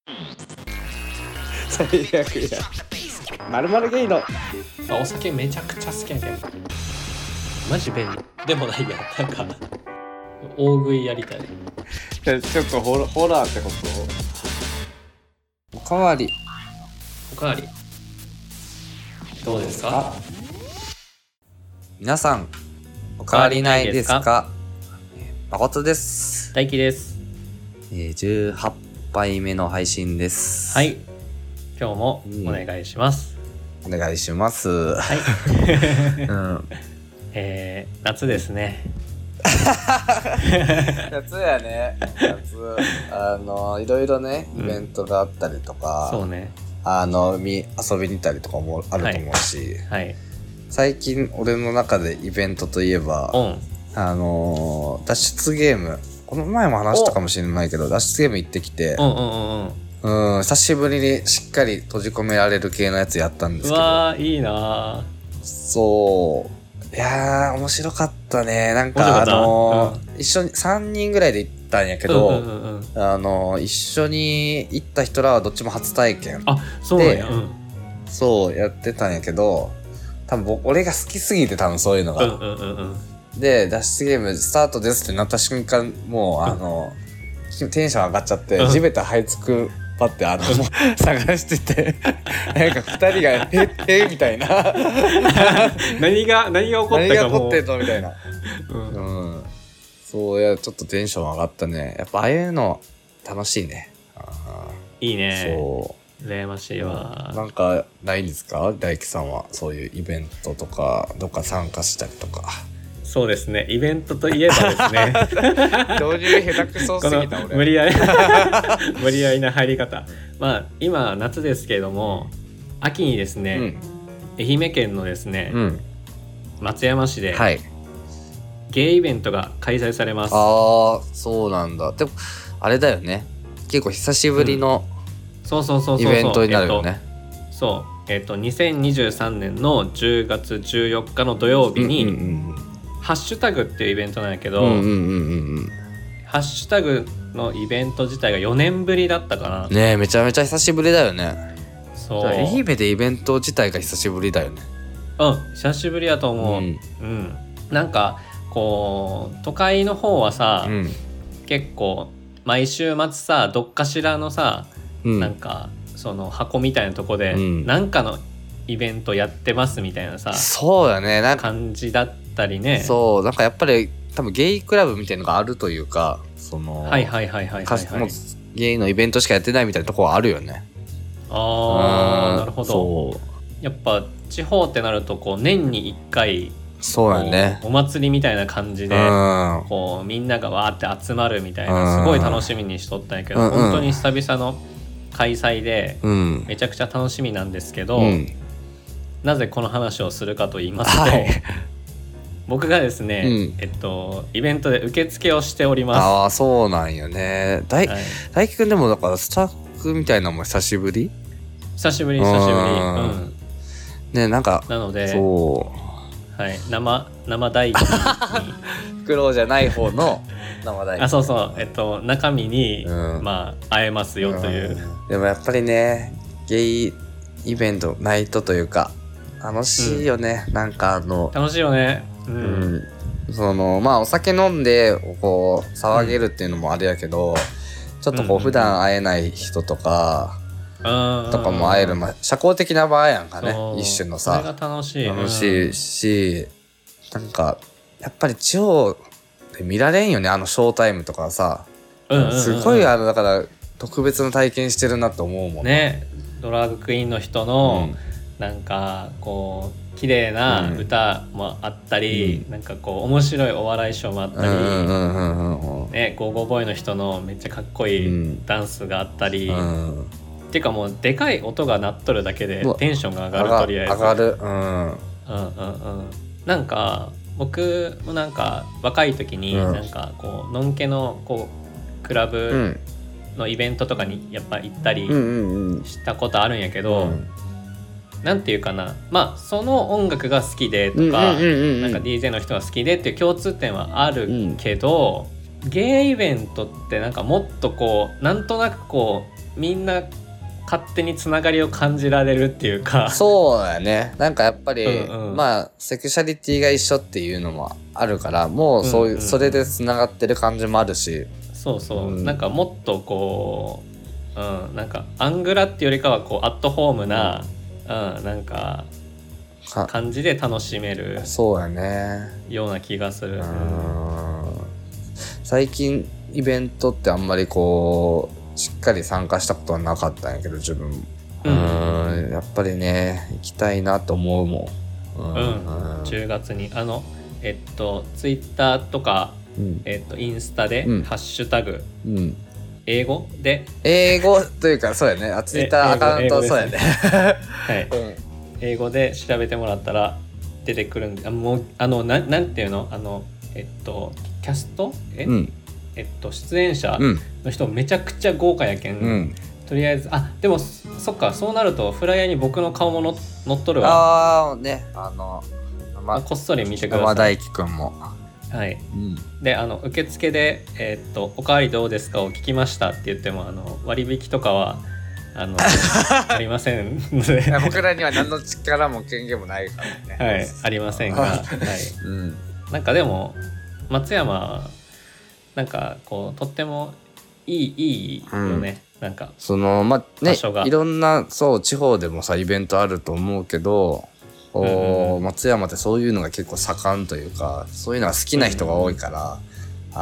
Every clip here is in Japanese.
最悪や。まるまるゲイのお酒めちゃくちゃ好きやけどマジ便利でもないや。なんか大食いやりたい。 ちょっとホラーってこと？おかわりどうですか？ 皆さんおかわりないですか？誠です。 大輝です。 18杯目の配信です。 はい、今日もお願いします。 お願いします。 はい、夏ですね。 夏やね。いろいろねイベントがあったりとか、 そうね、 遊びに行ったりとかもあると思うし、 はい、 最近俺の中でイベントといえば、脱出ゲーム、この前も話したかもしれないけど脱出ゲーム行ってきて、久しぶりにしっかり閉じ込められる系のやつやったんですけど、 うわーいいな。 そういやー面白かったね。なんか一緒に3人ぐらいで行ったんやけど、一緒に行った人らはどっちも初体験。 あ、そうなんや。 そうやってたんやけど、多分俺が好きすぎて、多分そういうのが、で脱出ゲームスタートですってなった瞬間、もうテンション上がっちゃって、地べた這いつくパってもう探しててなんか2人がみたいな何が起こったかも、 何が起こってんのみたいな、そうや、ちょっとテンション上がったね。やっぱああいうの楽しいね。 いいね。 そう羨ましいわ。なんかないんですか、大輝さんは？そういうイベントとかどっか参加したりとか。 そうですね、イベントといえばですね同時に下手くそすぎた俺。 無理やりな入り方。まあ今夏ですけれども、秋にですね、愛媛県のですね、松山市で、ゲイイベントが開催されます。 ああ、そうなんだ。でもあれだよね、結構久しぶりの、イベントになるよね。 そう、2023年の10月14日の土曜日に、ハッシュタグっていうイベントなんだけど、ハッシュタグのイベント自体が4年ぶりだったかな。 ねえ、めちゃめちゃ久しぶりだよね。 そう、 愛媛でイベント自体が久しぶりだよね。 久しぶりだと思う。なんかこう都会の方はさ、結構毎週末さ、どっかしらのさ、なんかその箱みたいなとこで、なんかのイベントやってますみたいなさ、 そうだね、なんか感じだったりね。 そう、なんかやっぱり多分ゲイクラブみたいなのがあるというか、ゲイのイベントしかやってないみたいなところはあるよね。 なるほど。そう、やっぱ地方ってなるとこう年に1回、 そうだね、 お祭りみたいな感じで、こうみんながわーって集まるみたいな、すごい楽しみにしとったんやけど、本当に久々の開催で、めちゃくちゃ楽しみなんですけど、なぜこの話をするかと言いますと、僕がですね、イベントで受付をしております。 ああ、そうなんよね。大輝くんでもだからスタッフみたいなのも久しぶり。ね、なんかなので、 そう、 生大輝に袋じゃない方の生大輝。 そう、中身に、会えますよという、 でもやっぱりね、ゲイイベントナイトというか楽しいよね。なんか楽しいよね。 お酒飲んでこう騒げるっていうのもあれやけど、ちょっとこう普段会えない人とかも会える、社交的な場やんかね、一種のさ。 それが楽しいし、なんかやっぱり地方で見られんよね、ショータイムとかさ。すごいだから特別な体験してるなって思うもんね。ドラッグクイーンの人の、なんかこう綺麗な歌もあったり、なんかこう面白いお笑いショーもあったり、ゴーゴーボーイの人のめっちゃかっこいいダンスがあったり、っていうかもうでかい音が鳴っとるだけでテンションが上がる。とりあえず上がる。なんか僕もなんか若い時に、なんかこうのんけのこうクラブのイベントとかにやっぱ行ったりしたことあるんやけど、なんていうかな、その音楽が好きでとか、なんか DJ の人が好きでっていう共通点はあるけど、ゲイイベントってなんかもっとこうなんとなくこうみんな勝手につながりを感じられるっていうか。 そうだよね。なんかやっぱり、 うんうん、 まあセクシャリティが一緒っていうのもあるから、もうそういう、それでつながってる感じもあるし、 そうそう、なんかもっとこう、なんかアングラっていうよりかはこうアットホームな、なんか感じで楽しめるそうやねような気がする。 最近イベントってあんまりこうしっかり参加したことはなかったんやけど自分やっぱりね行きたいなと思うもん。 10月にツイッターとか、インスタで、ハッシュタグ、英語というかそうやね、ツイッターアカウントそうやねはい、英語で調べてもらったら出てくるんで、もうなんていうのキャスト出演者の人めちゃくちゃ豪華やけん、とりあえずでもそっか、そうなるとフライヤーに僕の顔も載っとるわ。 ねこっそり見てください。 山大輝くんもはい、で受付で、おかわりどうですかを聞きましたって言っても割引とかはありませんので僕らには何の力も権限もないからねはい、ありませんが、はい、なんかでも松山なんかこうとってもいいよね、なんかそのね、いろんな地方でもさイベントあると思うけど、松山ってそういうのが結構盛んというか、そういうのが好きな人が多いから、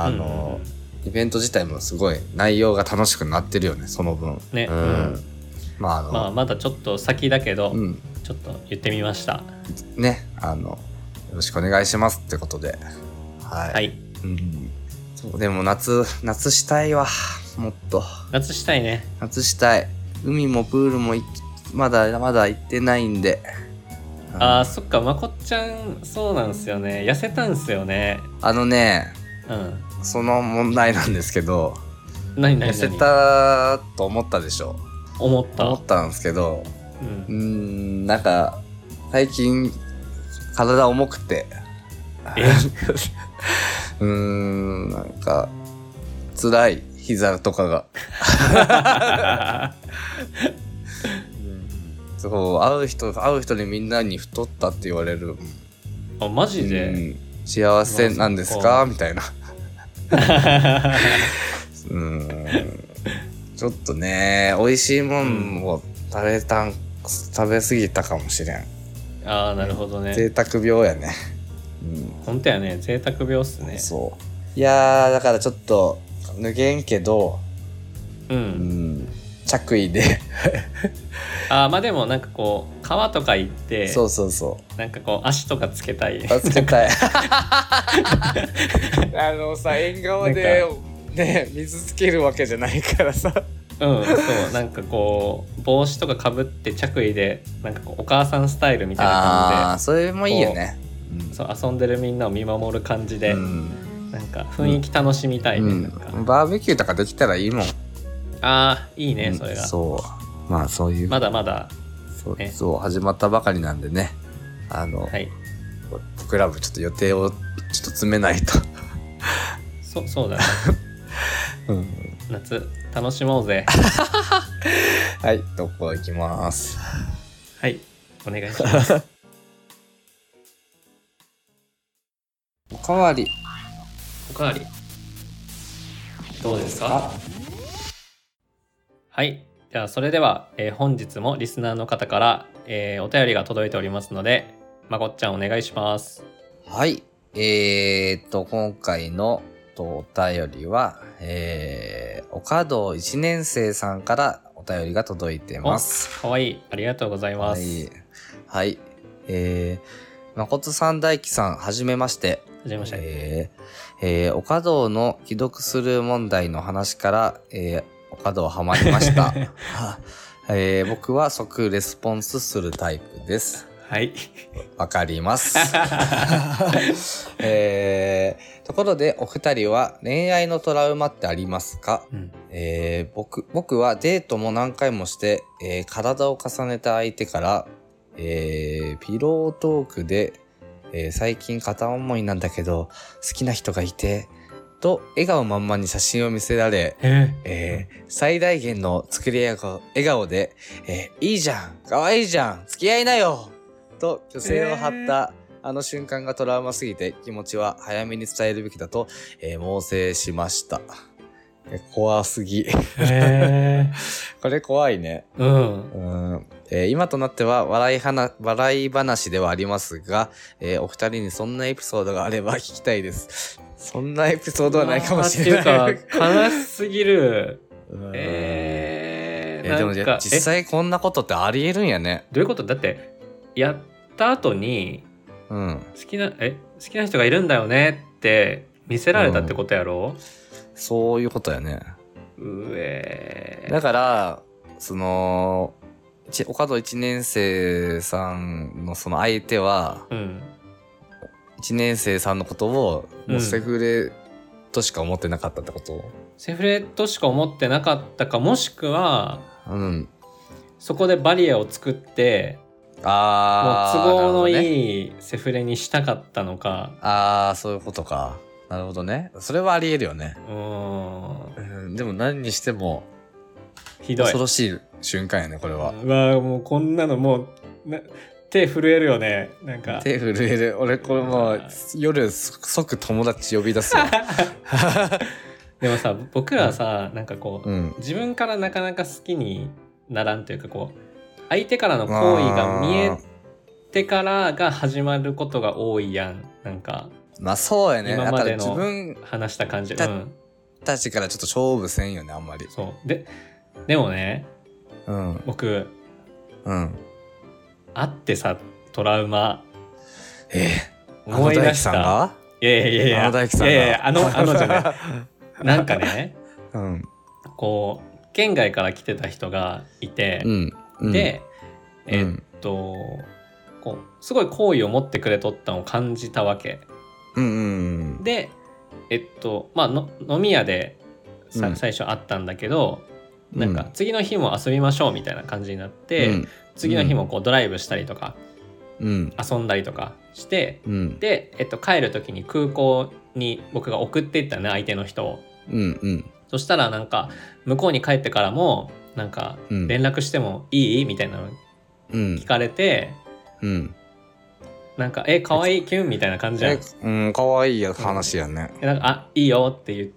イベント自体もすごい内容が楽しくなってるよね、その分ね。 まだちょっと先だけど、ちょっと言ってみましたね。よろしくお願いしますってことで、はい、そうでも夏したいわ。もっと夏したいね。 夏したい。海もプールもまだ行ってないんで。 そっか、まこっちゃんそうなんすよね、痩せたんすよね。 その問題なんですけど、痩せたと思ったでしょ。思ったんですけど、なんか最近体重くてなんか辛い、膝とかがそう会う人にみんなに太ったって言われる。 マジで、 幸せなんですかみたいなちょっとね美味しいもんを食べ過ぎたかもしれん。 なるほどね。 贅沢病やね。 本当やね、贅沢病っすね。 そういやだからちょっと脱げんけど着衣ででもなんかこう川とか行ってなんかこう足とかつけたい縁側でね水つけるわけじゃないからさそうなんかこう帽子とかかぶって着衣でなんかこうお母さんスタイルみたいな感じでそれもいいよね。 遊んでるみんなを見守る感じで、なんか雰囲気楽しみたいね、なんかバーベキューとかできたらいいもん。 いいね、それが。 そういうまだまだそう始まったばかりなんでね、クラブちょっと予定をちょっと詰めないとそうだね夏楽しもうぜはい、どこ行きます。 はい、お願いしますおかわりどうですか？はい、じゃあそれでは、本日もリスナーの方から、お便りが届いておりますので、まこっちゃんお願いします。 はい、今回のお便りは、岡堂1年生さんからお便りが届いてます。 かわいい、ありがとうございます。 はい、まこつさん、大輝さん、はじめまして。岡堂の既読スルー問題の話から、岡堂ハマりました僕は即レスポンスするタイプです。 はい、 わかりますところでお二人は恋愛のトラウマってありますか？僕はデートも何回もして、体を重ねた相手から、ピロートークで、最近片思いなんだけど好きな人がいてと笑顔満々に写真を見せられ、最大限の作り笑顔で、いいじゃん、可愛いじゃん、付き合いなよと虚勢を張ったあの瞬間がトラウマすぎて気持ちは早めに伝えるべきだと、猛省しました。怖すぎ。これ怖いね。今となっては笑い話ではありますが、お二人にそんなエピソードがあれば聞きたいです。そんなエピソードはないかもしれない。 っていうか、悲しすぎる。 でも実際こんなことってありえるんやね。 どういうこと？だって、やった後に、好きな人がいるんだよねって見せられたってことやろ？ そういうことやね。だから、岡戸1年生さんのその相手は、1年生さんのことをもうセフレとしか思ってなかったってこと？ セフレとしか思ってなかったか、もしくは、そこでバリアを作って、もう都合のいいセフレにしたかったのか。 そういうことか。なるほどね。それはあり得るよね。でも何にしてもひどい。恐ろしい瞬間やね、これは。 もうこんなのもう手震えるよね。なんか手震える。俺これもう夜即友達呼び出すよ。 でもさ、僕らさ、なんかこう、自分からなかなか好きにならんというか、こう相手からの行為が見えてからが始まることが多いやん。なんかそうやね。 今までの話した感じ。 たちからちょっと勝負せんよね、あんまり。 そうでもね、僕、あってさ、トラウマ。思い出した。いやあのじゃない。なんかね、こう県外から来てた人がいて、で、こうすごい好意を持ってくれとったのを感じたわけ。で、飲み屋で最初会ったんだけど、なんか次の日も遊びましょうみたいな感じになって、次の日もこうドライブしたりとか、遊んだりとかして、で、帰る時に空港に僕が送っていったね、相手の人を。そしたらなんか向こうに帰ってからもなんか連絡してもいいみたいなの聞かれて、なんか可愛いキュンみたいな感じじゃん。 可愛い話やね。 なんかいいよって言って、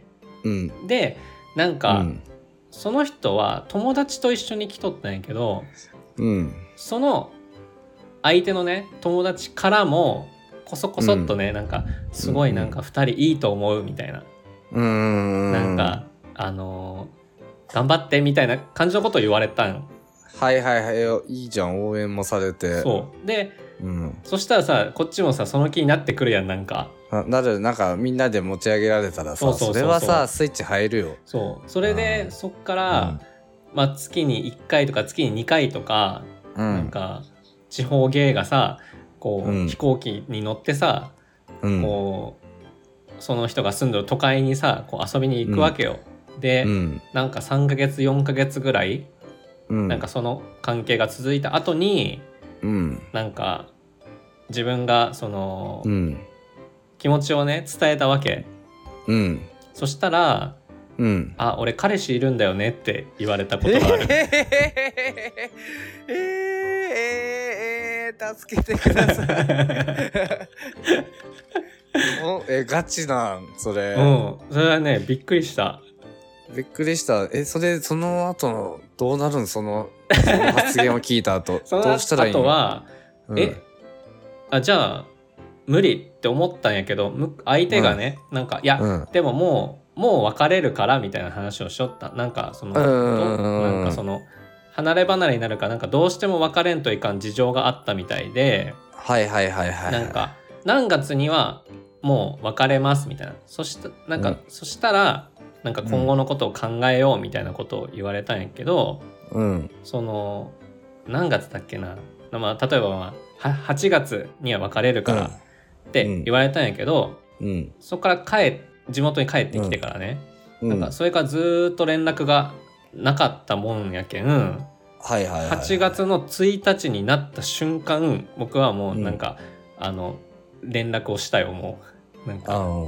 でなんか、その人は友達と一緒に来とったんやけど、その相手のね友達からもこそこそっとね、なんかすごいなんか2人いいと思うみたいな、なんか頑張ってみたいな感じのことを言われたん。 いいじゃん、応援もされて。 そうで、そしたらさ、こっちもさその気になってくるやん。なんかなんかみんなで持ち上げられたらさ、それはさスイッチ入るよ。 それでそっから、月に1回とか月に2回とか、なんか地方芸がさこう、飛行機に乗ってさ、こうその人が住んでる都会にさこう遊びに行くわけよ。で、なんか3ヶ月4ヶ月ぐらい、なんかその関係が続いた後に、なんか自分がその、気持ちをね伝えたわけ。そしたら、俺彼氏いるんだよねって言われたことがある。 助けてください。ガチなんそれ。 それはねびっくりした。 その後のどうなるん？その発言を聞いた後どうしたらいいの？ その後はじゃあ無理って思ったんやけど、相手がね、なんかいや、でももう別れるからみたいな話をしよった。なんかそのなんかその離れ離れになるかなんかどうしても別れんといかん事情があったみたいで、なんか何月にはもう別れますみたいな。そしたらなんか今後のことを考えようみたいなことを言われたんやけど、その何月だっけな、例えば8月には別れるからって言われたんやけど、そこから地元に帰ってきてからね、なんかそれからずっと連絡がなかったもんやけん、8月の1日になった瞬間僕はもうなんか、連絡をしたよ。もうなんか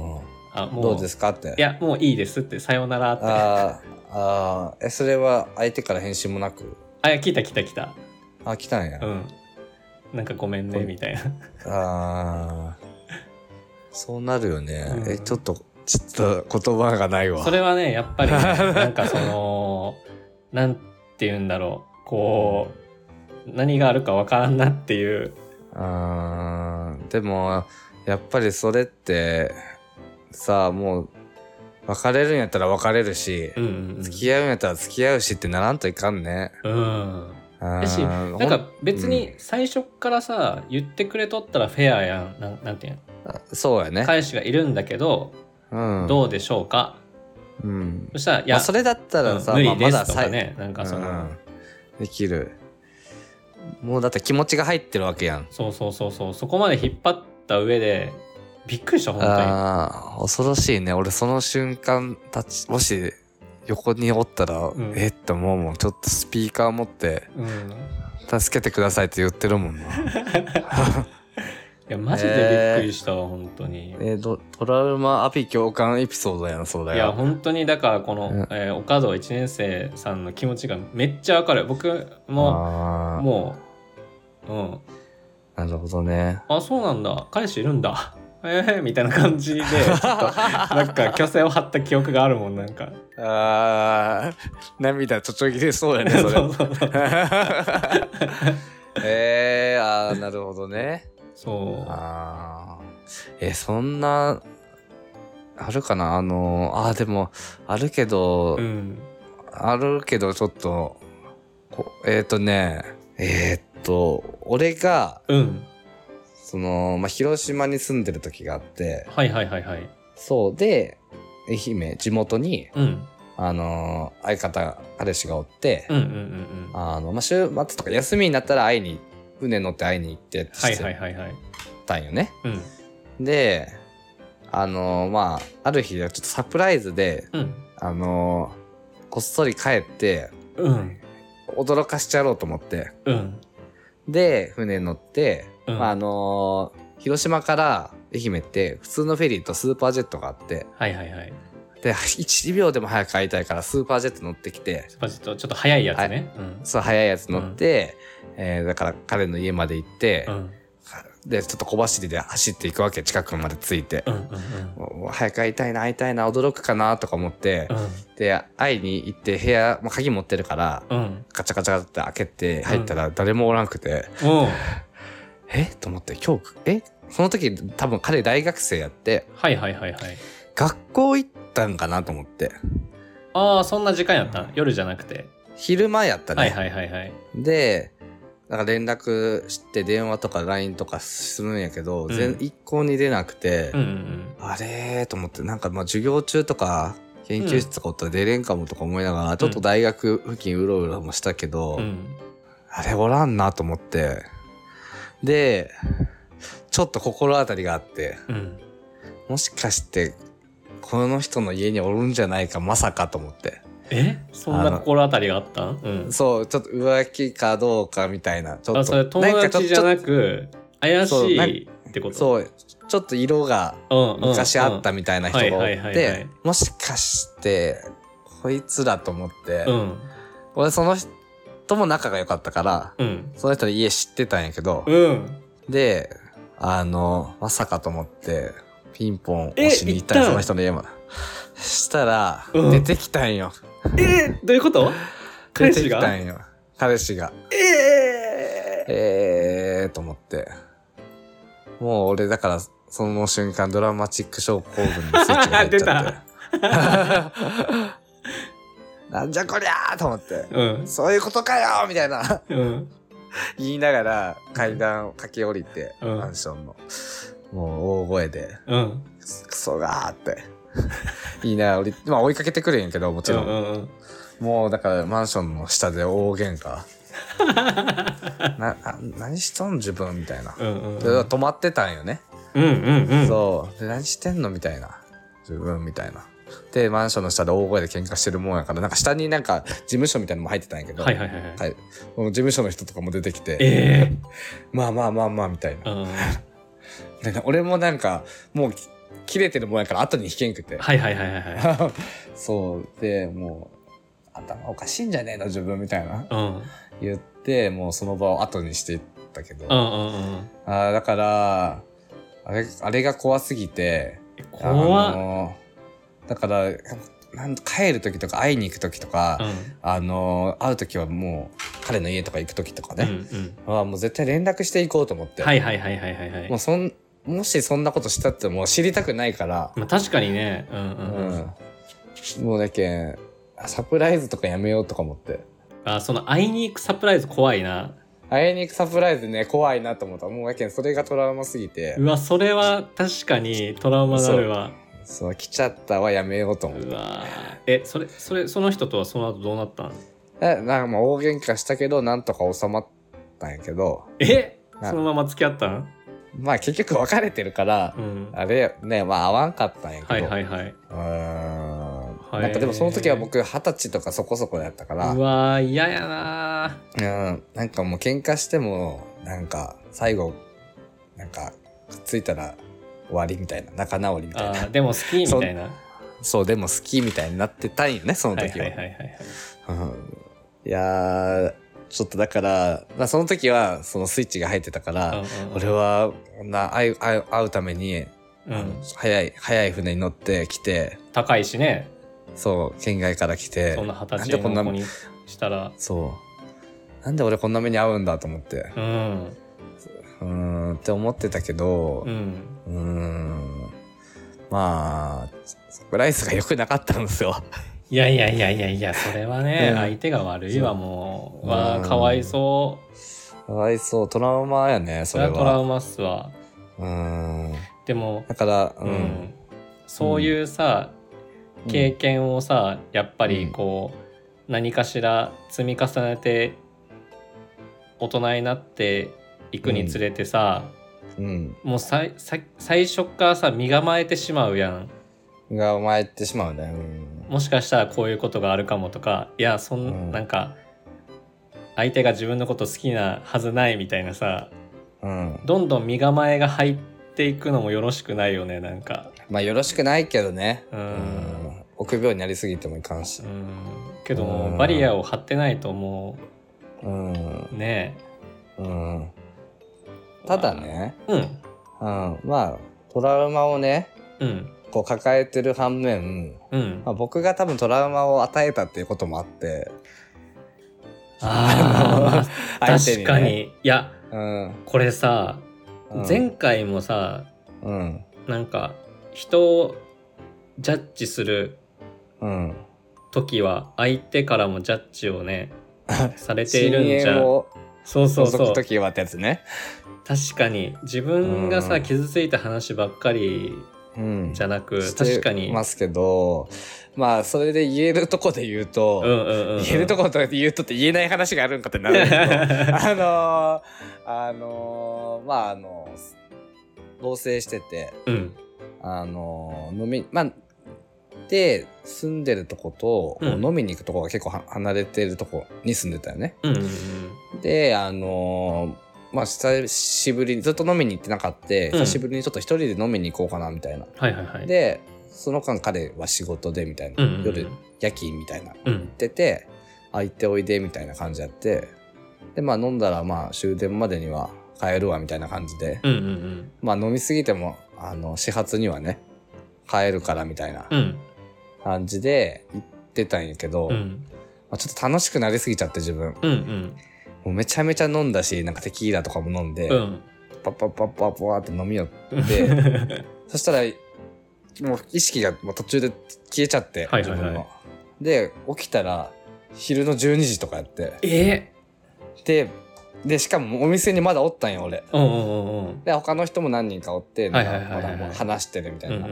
もうどうですかって。 いやもういいですってさようならって。 それは相手から返信もなく。 いや来た。 来たんや。 なんかごめんねみたいな。そうなるよね。ちょっと言葉がないわ。 それはねやっぱり、ね、なんかそのなんて言うんだろう、こう何があるかわからんなっていう。 でもやっぱりそれってさあ、もう別れるんやったら別れるし、付き合うんやったら付き合うしってならんといかんね。だしなんか別に最初からさ、言ってくれとったらフェアやん。なんていうの、 そうやね。 彼氏がいるんだけど、どうでしょうか。そしたらいや、 それだったらさ、 無理ですとかね、なんかその、 できる。もうだって気持ちが入ってるわけやん。 そうそこまで引っ張った上でびっくりした本当に。恐ろしいね。俺その瞬間もし横におったら、って思うもん。ちょっとスピーカー持って、助けてくださいって言ってるもんな。いやマジでびっくりしたわ、本当に。 トラウマアピ共感エピソードやな、そうだよ。 いや本当にだからこの、岡戸1年生さんの気持ちがめっちゃわかる。僕ももうなるほどね。 そうなんだ、彼氏いるんだみたいな感じでちょっとなんか虚勢を張った記憶があるもん。なんか涙ちょっと切れそうやね、それ。なるほどね。 そう。 そんなあるかな。でもあるけど、ちょっと俺が、その広島に住んでる時があって、そうで愛媛地元に、相方彼氏がおって、週末とか休みになったら船乗って会いに行ってたんよね。である日ちょっとサプライズで、こっそり帰って、驚かしちゃろうと思って、で船乗って、広島から愛媛って普通のフェリーとスーパージェットがあって、で1秒でも早く会いたいからスーパージェット乗ってきて、 スーパージェットちょっと早いやつね、 そう早いやつ乗って、だから彼の家まで行って、でちょっと小走りで走っていくわけ、近くまで着いて、早く会いたいな驚くかなとか思って、で会いに行って部屋、鍵持ってるから、ガチャガチャって開けて入ったら誰もおらんくて、と思って、今日その時多分彼大学生やって、学校行ったんかなと思って。 そんな時間やった？夜じゃなくて昼間やったね。でなんか連絡して電話とか LINE とかするんやけど、一向に出なくて、あれと思って、なんか授業中とか研究室とかおったら出れんかもとか思いながら、ちょっと大学付近うろうろもしたけど、あれおらんなと思って、でちょっと心当たりがあって、もしかしてこの人の家におるんじゃないか、まさかと思って。 そんな心当たりがあったん？ そう、ちょっと浮気かどうかみたいな。ちょっとそれ友達じゃなく怪しいってこと？ そう、ちょっと色が昔あったみたいな人がおって、もしかしてこいつらと思って、俺その人も仲が良かったから、その人の家知ってたんやけど、でまさかと思ってピンポン押しに行ったんや、その人の家まで。したら出てきたんよ。 どういうこと？彼氏が？ 出てきたんよ、彼氏が。と思って、もう俺だからその瞬間ドラマチック症候群のスイッチが入っちゃってなんじゃこりゃーと思って、そういうことかよみたいな、言いながら階段を駆け下りて、マンションのもう大声で、クソがーって言いながら追いかけてくるんやけど、もちろん、もうだからマンションの下で大喧嘩何しとん自分みたいな、で止まってたんよね。そうで、何してんのみたいな、自分みたいな。でマンションの下で大声で喧嘩してるもんやから、なんか下になんか事務所みたいなのも入ってたんやけど、事務所の人とかも出てきて、まあみたいな、なんか俺もなんかもう切れてるもんやから後に引けんくて。 はいはいはいはいはい。 そう。で、もう、頭おかしいんじゃねえの自分みたいな。 うん。 言って、もうその場を後にしていったけど。 うんうんうん。 だから、あれが怖すぎて、 怖っ。 だから、帰る時とか会いに行く時とか、会う時はもう彼の家とか行く時とかね、もう絶対連絡していこうと思って。 はいはいはいはいはいはい。 もしそんなことしたってもう知りたくないから。 まあ確かにね。 もうだけんサプライズとかやめようとか思って。 その会いに行くサプライズ怖いな。 会いに行くサプライズね、怖いなと思った。もうだけんそれがトラウマすぎて。 うわ、それは確かにトラウマになるわ。 そう来ちゃったはやめようと思って。 うわ、その人とはその後どうなったん？ なんかまあ大喧嘩したけどなんとか収まったんやけど。 そのまま付き合ったん？ まあ結局別れてるから、あれね、まあ合わんかったんやけど。 はいはいはい。 なんかでもその時は僕20歳とかそこそこやったから。 うわー嫌やな。 なんかもう喧嘩してもなんか最後なんかくっついたら終わりみたいな、仲直りみたいな。 でも好きみたいな。 そうでも好きみたいになってたんよね、その時は。いやーちょっとだから、まあ、その時はそのスイッチが入ってたから、俺は会うために、早い船に乗ってきて、 高いしね。 そう、県外から来て、 そんな20歳の子にしたら、 そうなんで俺こんな目に遭うんだと思って、って思ってたけど、まあサプライズが良くなかったんですよ。 いやそれはね、相手が悪いわ。もうかわいそう。 かわいそう、トラウマやね、それは。 トラウマっすわ。でもだからそういうさ、経験をさ、やっぱりこう、何かしら積み重ねて大人になっていくにつれてさ、もう最初からさ身構えてしまうやん。 身構えてしまうね。 もしかしたらこういうことがあるかもとか、いやなんか相手が自分のこと好きなはずないみたいなさ、どんどん身構えが入っていくのもよろしくないよね。なんかまあよろしくないけどね。臆病になりすぎてもいかんし。 けどもバリアを張ってないともうねえ。ただね。まあトラウマをね。こう抱えてる反面、まあ、僕が多分トラウマを与えたっていうこともあって、 確かに。いや、これさ、前回もさ、なんか人をジャッジする時は相手からもジャッジをねされているんじゃ。 そう時はってやつね。 確かに自分がさ、傷ついた話ばっかりじゃなく、確かにますけど、まあそれで言えるとこで言うと、言えるとこで言うとって言えない話があるんかってなるんだけどまあ同棲してて、で住んでるとこと、飲みに行くとこが結構離れてるとこに住んでたよね。でまあ久しぶりにずっと飲みに行ってなかった、久しぶりにちょっと一人で飲みに行こうかなみたいな。でその間彼は仕事でみたいな、夜夜勤みたいな行ってて、行っておいでみたいな感じやって、でまあ飲んだらまあ終電までには帰るわみたいな感じで、まあ飲みすぎても始発にはね帰るからみたいな感じで行ってたんやけど、まあ、ちょっと楽しくなりすぎちゃって自分。もうめちゃめちゃ飲んだし、なんかテキーラとかも飲んで、パッパッパッパッパーって飲みよってそしたらもう意識がもう途中で消えちゃって、自分の。で起きたら昼の12時とかやって、でしかもお店にまだおったんよ俺。で他の人も何人かおって、まだもう話してるみたいな。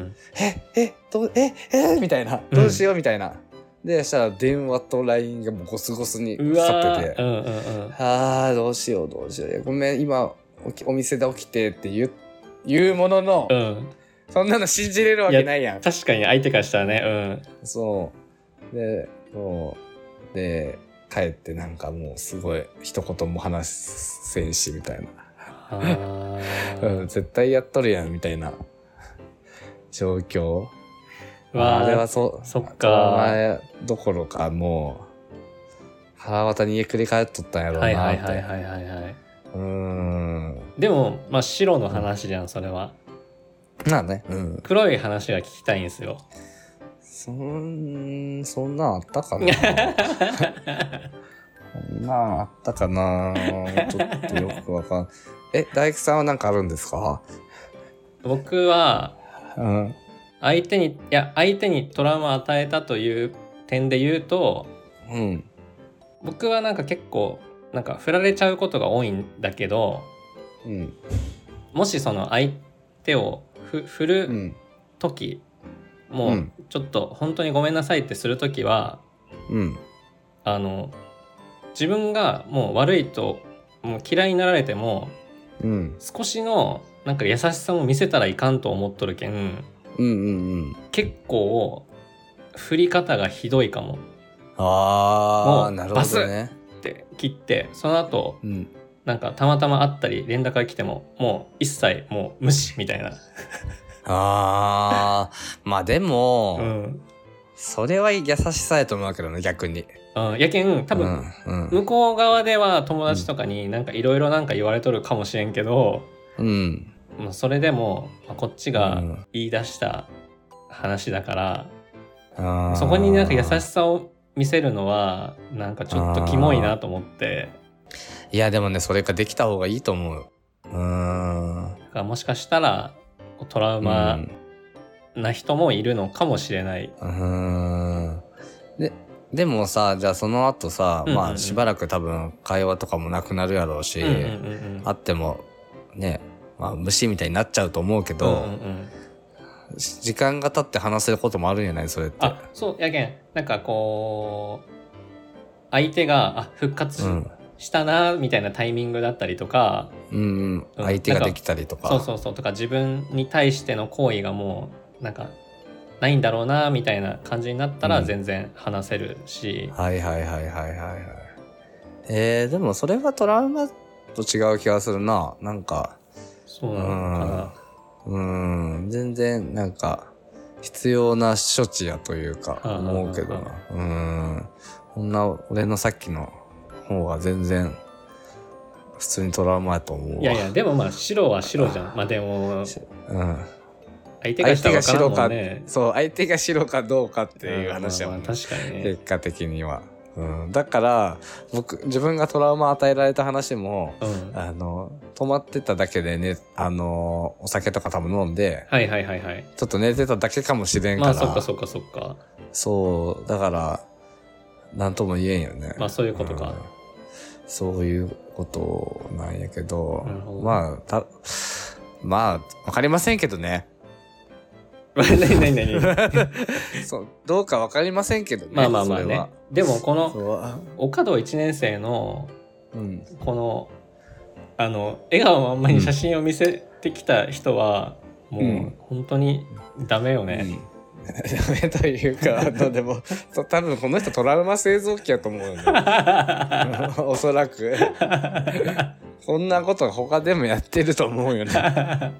みたいな、どうしようみたいな。でしたら電話と LINE がもうゴスゴスにかかってて、どうしようごめん今お店で起きてって言うものの、そんなの信じれるわけないやん。 確かに相手からしたらね。 そうで帰ってなんかもうすごい一言も話せんしみたいな絶対やっとるやんみたいな状況あれはそっおか。 前どころかもう腹渡に家繰り返っとったんやろうなって。 はい。でもまあ白の話じゃん、それは。 まあね、 黒い話が聞きたいんですよ。 そんなんあったかな。そんなんあったかな。ちょっとよくわかん。大工さんは何かあるんですか？ 僕はうん。 相手にトラウマを与えたという点で言うと、 うん。 僕はなんか結構なんか振られちゃうことが多いんだけど、 うん。 もしその相手を振る時、もうちょっと本当にごめんなさいってする時は、自分がもう悪いともう嫌いになられても、少しのなんか優しさも見せたらいかんと思っとるけん、結構振り方がひどいかも。 もうなるほどね。 バスって切って、その後、なんかたまたま会ったり連絡が来てももう一切もう無視みたいな。 まあでも、それは優しさやと思うけどね、逆に。 やけん多分、向こう側では友達とかになんかいろいろなんか言われとるかもしれんけど、それでもこっちが言い出した話だから、そこになんか優しさを見せるのはなんかちょっとキモいなと思って。 いやでもね、それができた方がいいと思う。だからもしかしたらトラウマな人もいるのかもしれない。 でもさ、じゃあその後さ、まあしばらく多分会話とかもなくなるやろうし、あってもね、まあ無視みたいになっちゃうと思うけど、時間が経って話せることもあるんじゃないそれって。 そうやけん、なんかこう相手が復活したなみたいなタイミングだったりとか、 相手ができたりとか、 そうとか自分に対しての行為がもうなんかないんだろうなみたいな感じになったら全然話せるし、 でもそれはトラウマと違う気がするな。なんかそうなのかな。 全然なんか必要な処置やというか思うけどな。こんな俺のさっきの方が全然普通にトラウマやと思うわ。 いやでもまあ白は白じゃん。まあでも相手が白か、 そう相手が白かどうかっていう話だもん、 確かにね。 結果的には。だから自分がトラウマ与えられた話も、止まってただけでね、お酒とか多分飲んで、ちょっと寝てただけかもしれんから。 そっか。 そうだからなんとも言えんよね。 そういうことか。 そういうことなんやけど、まあわかりませんけどね。 何そうどうかわかりませんけどね。 まあね。でもこの岡戸1年生のこの笑顔まんまに写真を見せてきた人はもう本当にダメよね。 ダメというかでも多分この人トラウマ製造機やと思うよね。おそらくこんなこと他でもやってると思うよね。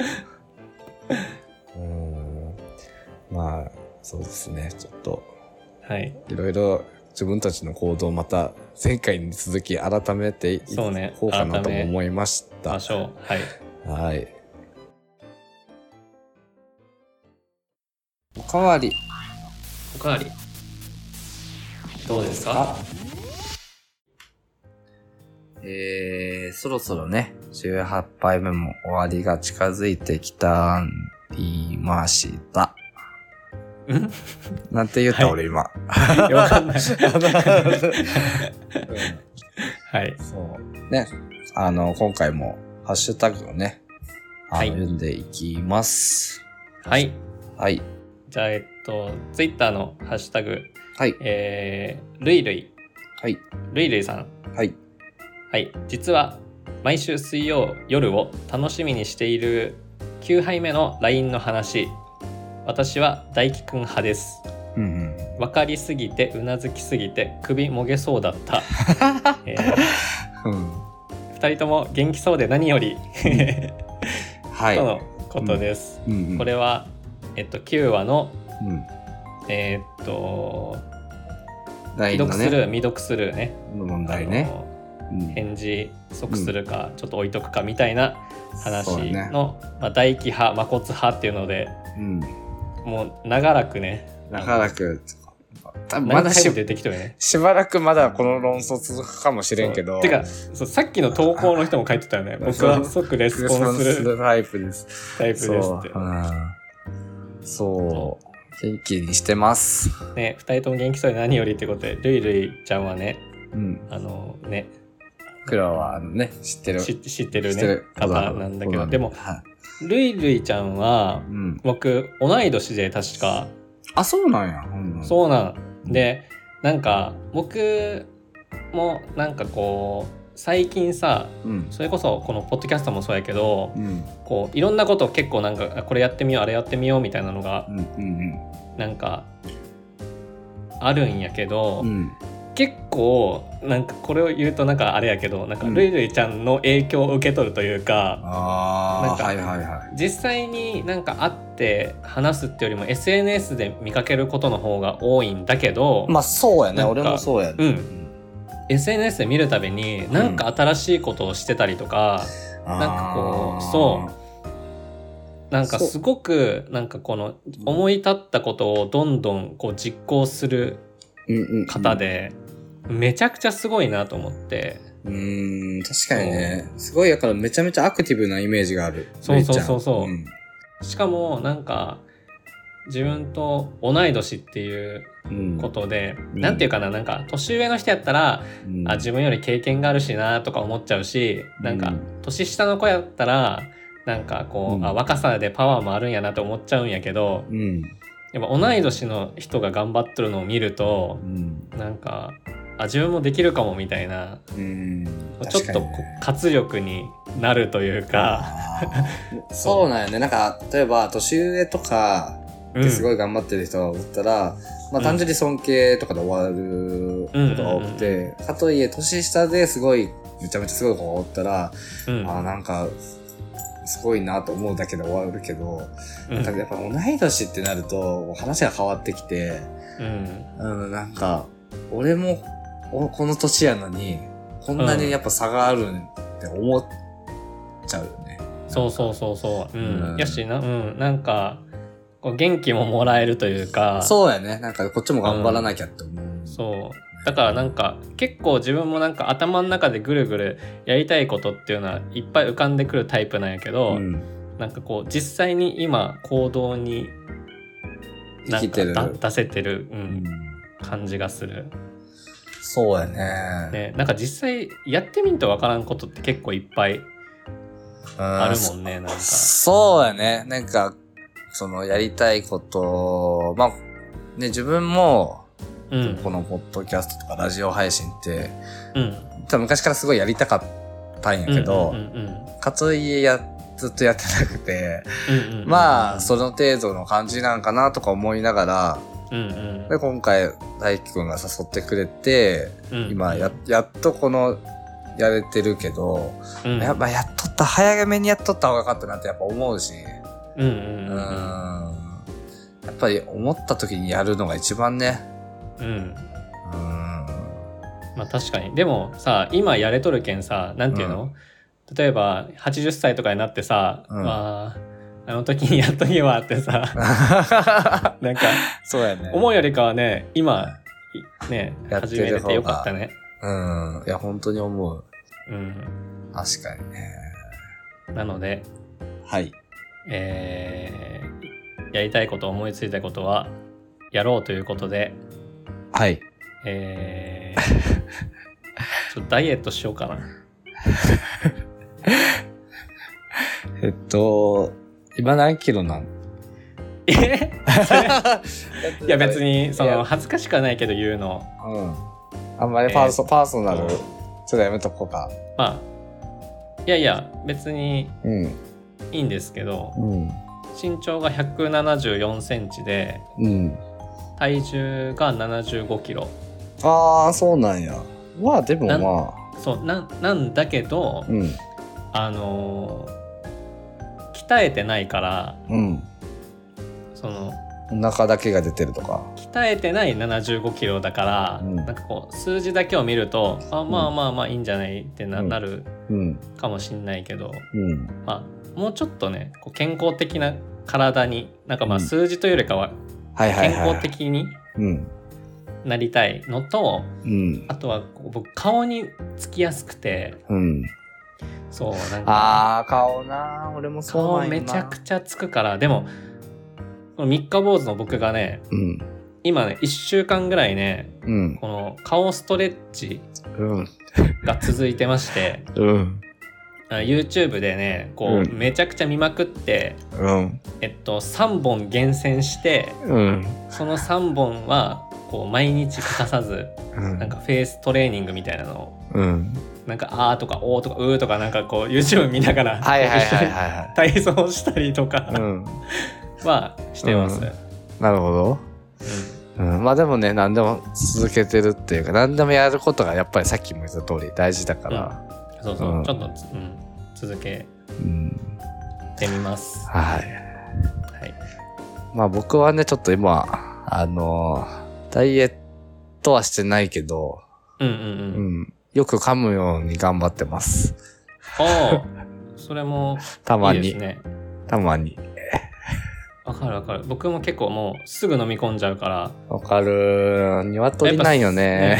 まあそうですね、ちょっといろいろ自分たちの行動をまた前回に続き改めていこうかなとも思いました。はい。おかわりどうですか？ そろそろね18杯目も終わりが近づいてきたりました。なんて言った、俺今。わかんない。そうね、今回もハッシュタグをね読んでいきます。 じゃあツイッターのハッシュタグ、ルイルイさん。実は毎週水曜夜を楽しみにしている9杯目の LINE の話。私は大輝くん派です。分かりすぎてうなずきすぎて首もげそうだった。2人とも元気そうで何より。とのことです。これは 9話の、 うん、 未読スルーね問題ね、 返事即するか、ちょっと置いとくかみたいな話の、まあ、大気派真骨派っていうので、もう長らく多分まだ出てきてるね。 しばらくまだこの論争続くかもしれんけど。 てかさっきの投稿の人も書いてたよね。僕は即レスポンスするタイプです。 タイプですって。 そう。元気にしてます。 ね、2人とも元気そうで何よりってことで、ルイルイちゃんはね、ね、 クラはね、知ってるね、 方なんだけど、でも、ルイルイちゃんは、僕、同い年で確か。 あ、そうなんや。 そうなん。で、なんか、僕もなんかこう、最近さ、それこそこのポッドキャストもそうやけど、こういろんなことを結構なんかこれやってみようあれやってみようみたいなのが、なんかあるんやけど、結構なんかこれを言うとなんかあれやけど、なんかルイルイちゃんの影響を受け取るというか、なんか実際になんか会って話すってよりも SNS で見かけることの方が多いんだけど、 まあそうやね、俺もそうやね。 SNS で見るたびになんか新しいことをしてたりとか、なんかこうなんかすごくなんかこの思い立ったことをどんどんこう実行する方で、めちゃくちゃすごいなと思って。 確かにね、すごい。だからめちゃめちゃアクティブなイメージがある。 そう、しかもなんか自分と同い年っていうことで、なんていうかな、なんか年上の人やったら、自分より経験があるしなとか思っちゃうし、なんか年下の子やったらなんかこう、若さでパワーもあるんやなと思っちゃうんやけど、やっぱ同い年の人が頑張ってるのを見ると、なんか自分もできるかもみたいな、ちょっと活力になるというかそうなんよね。なんか例えば年上とかすごい頑張ってる人がおったら、まあ単純に尊敬とかで終わることが多くて、かといえ年下ですごいめちゃめちゃすごい子がおったら、なんかすごいなと思うだけで終わるけど、やっぱ同い年ってなると話が変わってきて、なんか俺もこの年やのにこんなにやっぱ差があるって思っちゃうよね。 そう、やしな、なんかこう元気ももらえるというか。 そうやね。なんかこっちも頑張らなきゃって思う。 そうだからなんか結構自分もなんか頭の中でぐるぐるやりたいことっていうのはいっぱい浮かんでくるタイプなんやけど、なんかこう実際に今行動になんか出せてる、感じがする。 そうやね。 なんか実際やってみんとわからんことって結構いっぱいあるもんね。なんかそうやね。なんかそのやりたいことまあね、自分もこのポッドキャストとかラジオ配信って、多分昔からすごいやりたかったんやけど、かといえずっとやってなくて、まあその程度の感じなんかなとか思いながら、で今回大輝くんが誘ってくれて、今やっとこのやれてるけど、やっぱ早めにやっとった方がよかったなってやっぱ思うし、やっぱり思った時にやるのが一番ね。 まあ確かに。でもさ、今やれとるけんさ、なんていうの、例えば80歳とかになってさ、あの時にやっとけばってさなんかそうやね、 思うよりかはね、今ね始めれてよかったね。 いや本当に思う。確かにね。 なので、 はい、 やりたいこと、思いついたことはやろうということで、 はい、 ちょっとダイエットしようかな。 今何キロなん？ いや別にその恥ずかしくはないけど言うの。 あんまりパーソナルちょっとやめとこうか。 まあいや別にいいんですけど、身長が174センチで、体重が75キロ。 ああそうなんや。まあでもまあそうなんだけど、鍛えてないから、 そのお腹だけが出てるとか。 鍛えてない75キロだから、なんかこう数字だけを見るとまあいいんじゃないってなるかもしんないけど、まあもうちょっとねこう健康的な体になんかまあ数字というよりかは健康的になりたいのと、あとは僕顔につきやすくて、そうなんか顔な、俺もそうなんやな。 顔めちゃくちゃつくから。でもこの三日坊主の僕がね、今ね1週間ぐらいね、この顔ストレッチが続いてまして、YouTube でねこう、めちゃくちゃ見まくって、3本厳選して、その3本はこう毎日欠かさず、なんかフェイストレーニングみたいなのを、なんかあーとかおーとかうーとかなんかこう YouTube 見ながら体操したりとかはしてます。 なるほど。まあでもね、何でも続けてるっていうか、何でもやることがやっぱりさっきも言った通り大事だから、 そうそう、ちょっと、続けてみます。 はい。まあ僕はねちょっと今ダイエットはしてないけど、よく噛むように頑張ってます。 それもたまにいいですね。 たまに。 わかるわかる。僕も結構もうすぐ飲み込んじゃうから。 わかる。鶏ないよね。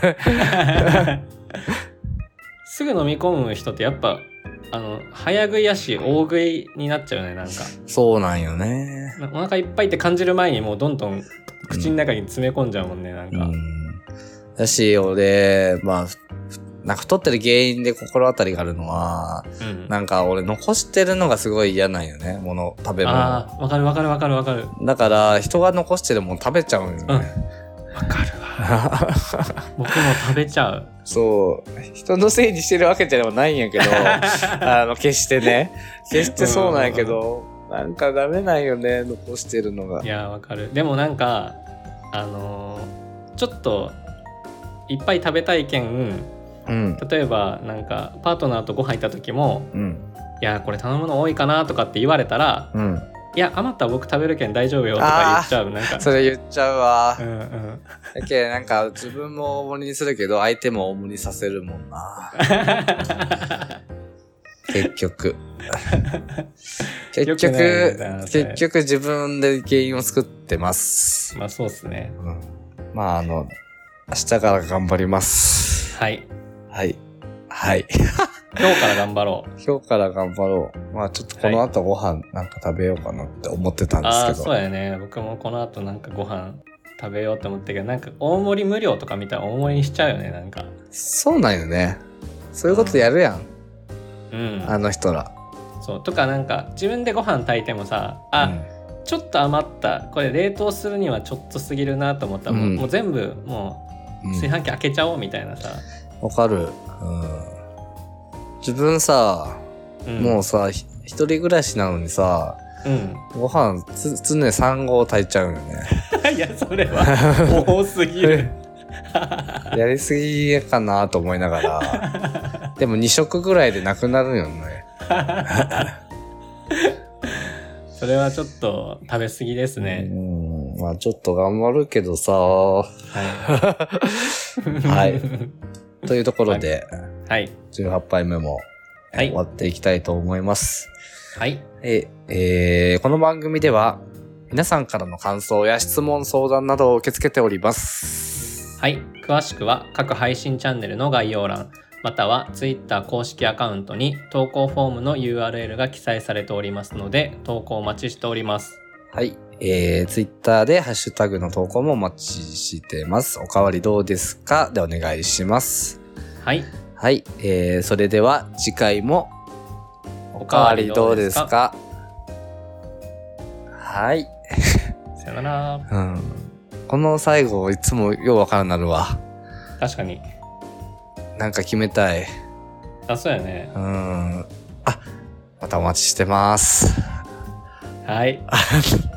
すぐ飲み込む人ってやっぱ早食いやし大食いになっちゃうね。なんかそうなんよね。 お腹いっぱいって感じる前にもうどんどん口の中に詰め込んじゃうもんね。なんかだし俺なんか太ってる原因で心当たりがあるのは、なんか俺残してるのがすごい嫌なんよね。食べ物。 わかるわかるわかるわかる。 だから人が残してるもの食べちゃうんよね。 わかるわ。僕も食べちゃう。 そう。人のせいにしてるわけじゃないんやけど、決してね。決してそうなんやけど、なんかダメなんよね、残してるのが。 いや、わかる。でもなんか、ちょっと、いっぱい食べたい件、例えばなんかパートナーとご飯行った時も、いやこれ頼むの多いかなとかって言われたら、いや余ったら僕食べるけん大丈夫よとか言っちゃう。なんかそれ言っちゃうわ。だけどなんか自分も大盛りにするけど相手も大盛りさせるもんな。結局自分で原因を作ってます。 まあそうっすね。 まあ明日から頑張ります。 はい。今日から頑張ろう。まあちょっとこの後ご飯なんか食べようかなって思ってたんですけど。 そうやね。僕もこの後なんかご飯食べようって思ったけど、なんか大盛り無料とか見たら大盛りにしちゃうよね。なんか。 そうなんよね。そういうことやるやん。あの人ら。 そうとかなんか自分でご飯炊いてもさ、ちょっと余ったこれ冷凍するにはちょっとすぎるなと思ったら、もう全部もう炊飯器開けちゃおうみたいなさ。 わかる。自分さ、もうさ一人暮らしなのにさ、ご飯常に3合炊いちゃうよね。 いやそれは多すぎる。 やりすぎかなと思いながら、でも2食ぐらいでなくなるよね。 それはちょっと食べ過ぎですね。 まあちょっと頑張るけどさ。はい。というところで、18杯目も終わっていきたいと思います。 はい。 この番組では皆さんからの感想や質問相談などを受け付けております。 はい。詳しくは各配信チャンネルの概要欄または Twitter 公式アカウントに投稿フォームの URL が記載されておりますので投稿お待ちしております。 はい。Twitter でハッシュタグの投稿もお待ちしてます。おかわりどうですかでお願いします。 はい。 はい。それでは次回もおかわりどうですか。はい。 さよなら。 この最後いつもようわからんなるわ。 確かに。 なんか決めたい。 そうやね。 またお待ちしてます。 はい。